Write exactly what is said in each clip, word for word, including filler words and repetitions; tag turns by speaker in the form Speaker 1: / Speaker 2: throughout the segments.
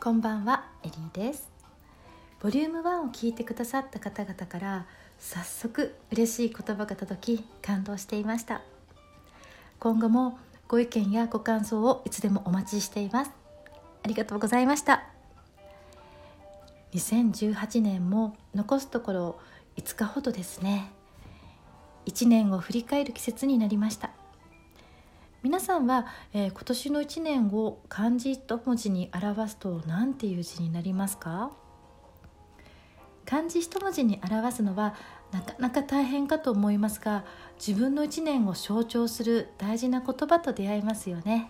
Speaker 1: こんばんは、エリーです。ボリュームワンを聞いてくださった方々から早速嬉しい言葉が届き感動していました。今後もご意見やご感想をいつでもお待ちしています。ありがとうございました。にせんじゅうはちねんも残すところいつかほどですね。いちねんを振り返る季節になりました。皆さんは、えー、今年のいちねんを漢字一文字に表すと何ていう字になりますか？漢字一文字に表すのはなかなか大変かと思いますが、自分のいちねんを象徴する大事な言葉と出会いますよね。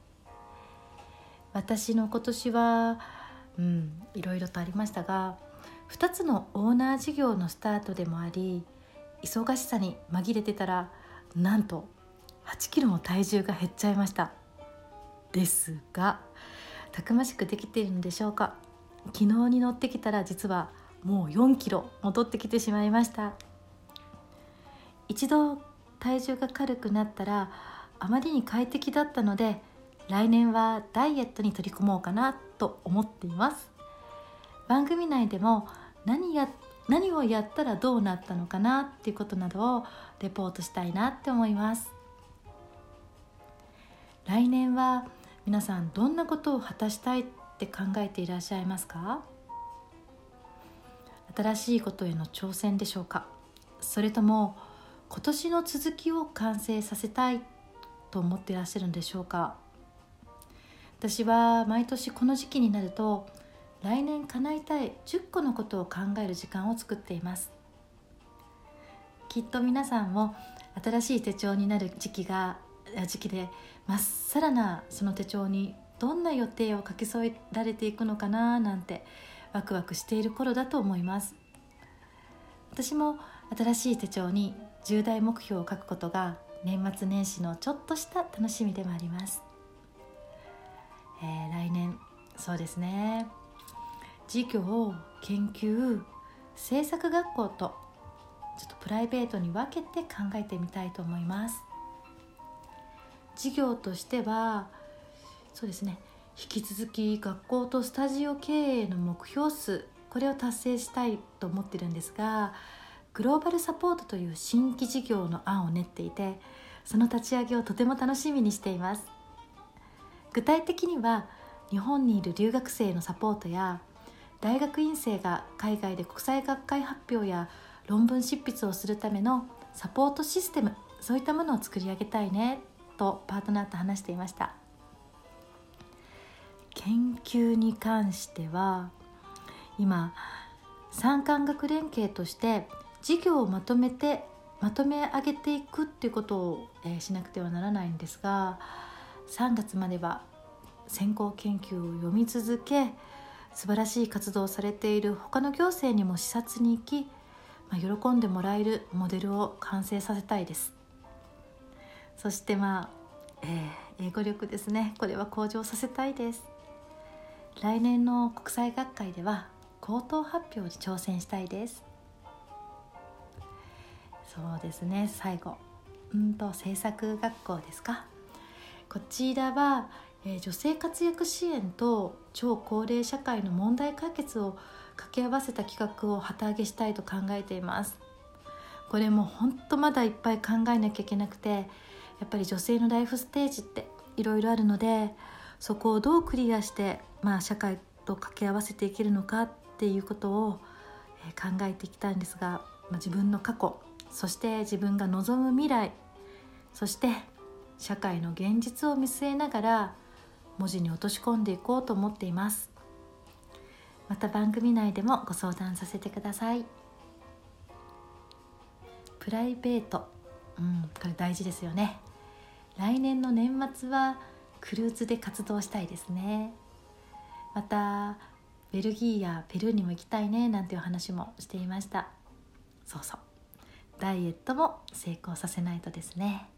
Speaker 1: 私の今年は、うん、いろいろとありましたが、ふたつのオーナー事業のスタートでもあり、忙しさに紛れてたらなんとはちキロも体重が減っちゃいました。ですが、たくましくできているのでしょうか。昨日に乗ってきたら実はもうよんキロ戻ってきてしまいました。一度体重が軽くなったらあまりに快適だったので、来年はダイエットに取り組もうかなと思っています。番組内でも何や何をやったらどうなったのかなっていうことなどをレポートしたいなって思います。来年は皆さんどんなことを果たしたいって考えていらっしゃいますか？新しいことへの挑戦でしょうか？それとも今年の続きを完成させたいと思っていらっしゃるんでしょうか？私は毎年この時期になると来年叶えたいじゅっこのことを考える時間を作っています。きっと皆さんも新しい手帳になる時期が時期で、まっさらなその手帳にどんな予定を書き添えられていくのかななんてワクワクしている頃だと思います。私も新しい手帳に重大目標を書くことが年末年始のちょっとした楽しみでもあります。えー、来年そうですね、授業、研究、制作学校とちょっとプライベートに分けて考えてみたいと思います。授業としてはそうですね、引き続き学校とスタジオ経営の目標数、これを達成したいと思っているんですが、グローバルサポートという新規事業の案を練っていて、その立ち上げをとても楽しみにしています。具体的には日本にいる留学生のサポートや大学院生が海外で国際学会発表や論文執筆をするためのサポートシステム、そういったものを作り上げたいねとパートナーと話していました。研究に関しては今産官学連携として事業をまとめてまとめ上げていくっていうことを、えー、しなくてはならないんですが、さんがつまでは先行研究を読み続け、素晴らしい活動をされている他の行政にも視察に行き、まあ、喜んでもらえるモデルを完成させたいです。そしてまあ、えー、英語力ですね、これは向上させたいです。来年の国際学会では口頭発表に挑戦したいです。そうですね、最後うんと制作学校ですか。こちらは、えー、女性活躍支援と超高齢社会の問題解決を掛け合わせた企画を旗揚げしたいと考えています。これも本当まだいっぱい考えなきゃいけなくて、やっぱり女性のライフステージっていろいろあるので、そこをどうクリアして、まあ、社会と掛け合わせていけるのかっていうことを、えー、考えていきたいんですが、まあ、自分の過去、そして自分が望む未来、そして社会の現実を見据えながら文字に落とし込んでいこうと思っています。また番組内でもご相談させてください。プライベート、うん、これ大事ですよね。来年の年末はクルーズで活動したいですね。またベルギーやペルーにも行きたいねなんていう話もしていました。そうそう、ダイエットも成功させないとですね。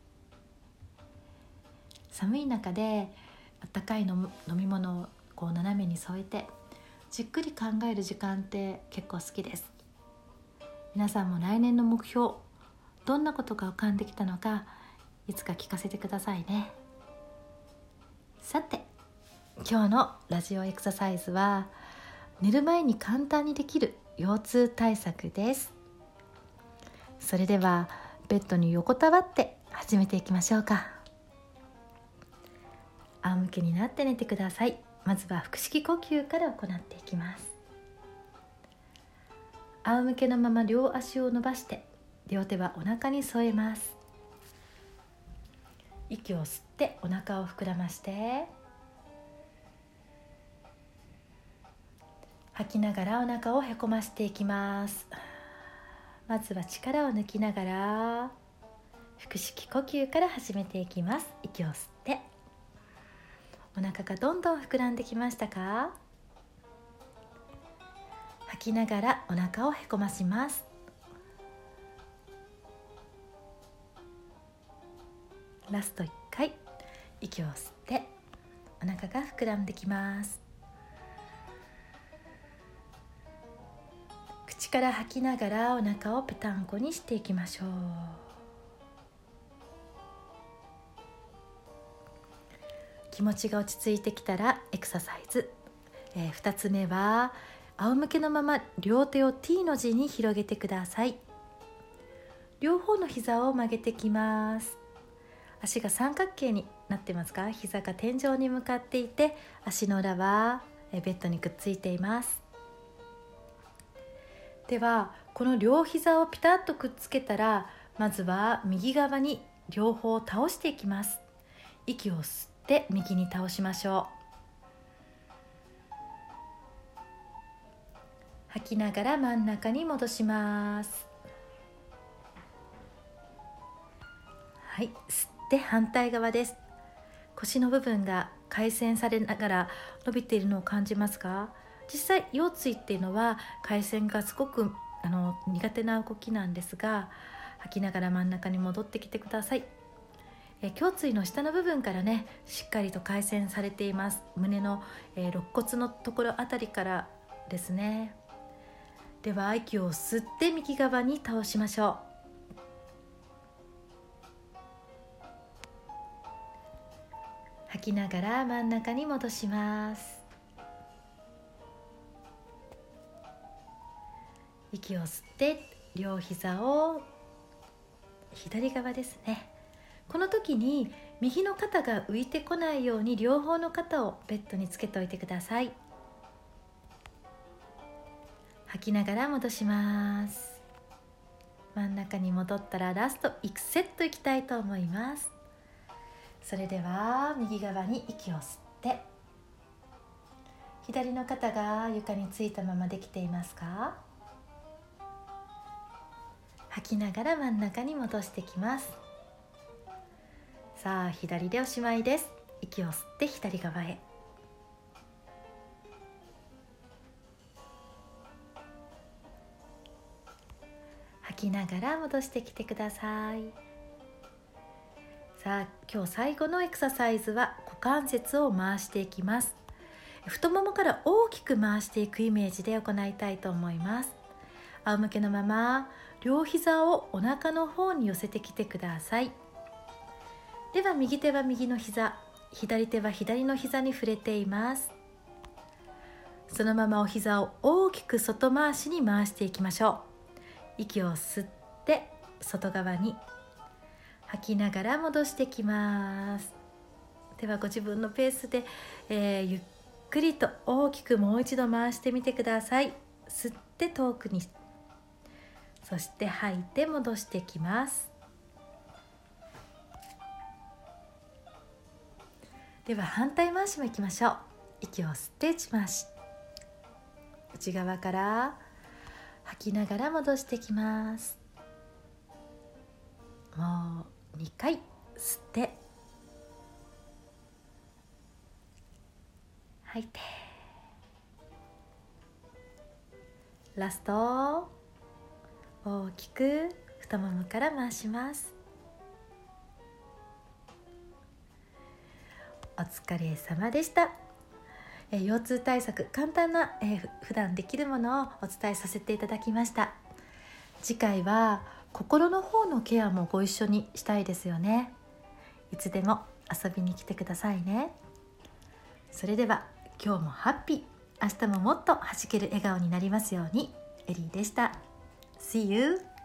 Speaker 1: 寒い中で温かい飲み物をこう斜めに添えてじっくり考える時間って結構好きです。皆さんも来年の目標、どんなことが浮かんできたのかいつか聞かせてくださいね。さて今日のラジオエクササイズは寝る前に簡単にできる腰痛対策です。それではベッドに横たわって始めていきましょうか。仰向けになって寝てください。まずは腹式呼吸から行っていきます。仰向けのまま両足を伸ばして両手はお腹に添えます。息を吸ってお腹を膨らまして、吐きながらお腹をへこましていきます。まずは力を抜きながら腹式呼吸から始めていきます。息を吸ってお腹がどんどん膨らんできましたか？吐きながらお腹をへこまします。ラストいっかい息を吸ってお腹が膨らんできます。口から吐きながらお腹をぺたんこにしていきましょう。気持ちが落ち着いてきたらエクササイズ、えー、ふたつめは仰向けのまま両手を T の字に広げてください。両方の膝を曲げてきます。足が三角形になってますか？膝が天井に向かっていて足の裏はベッドにくっついています。ではこの両膝をピタッとくっつけたら、まずは右側に両方倒していきます。息を吸って右に倒しましょう。吐きながら真ん中に戻します。はい、吸って反対側です。腰の部分が回旋されながら伸びているのを感じますか？実際腰椎っていうのは回旋がすごくあの苦手な動きなんですが、吐きながら真ん中に戻ってきてください。え胸椎の下の部分からねしっかりと回旋されています。胸の、えー、肋骨のところあたりからですね。では息を吸って右側に倒しましょう。吐きながら真ん中に戻します。息を吸って両膝を左側ですね。この時に右の肩が浮いてこないように両方の肩をベッドにつけておいてください。吐きながら戻します。真ん中に戻ったらラストいちセットいきたいと思います。それでは右側に息を吸って、左の肩が床についたままできていますか？吐きながら真ん中に戻してきます。さあ左でおしまいです。息を吸って左側へ。吐きながら戻してきてください。さあ今日最後のエクササイズは股関節を回していきます。太ももから大きく回していくイメージで行いたいと思います。仰向けのまま両膝をお腹の方に寄せてきてください。では右手は右の膝、左手は左の膝に触れています。そのままお膝を大きく外回しに回していきましょう。息を吸って外側に、吐きながら戻してきます。ではご自分のペースで、えー、ゆっくりと大きくもう一度回してみてください。吸って遠くに、そして吐いて戻してきます。では反対回しもいきましょう。息を吸って内回し、内側から吐きながら戻してきます。もうにかい吸って吐いて、ラスト大きく太ももから回します。お疲れ様でした。えー、腰痛対策、簡単な、えー、普段できるものをお伝えさせていただきました。次回は心の方のケアもご一緒にしたいですよね。いつでも遊びに来てくださいね。 それでは今日もハッピー、明日ももっと弾ける笑顔になりますように。エリーでした。 See you!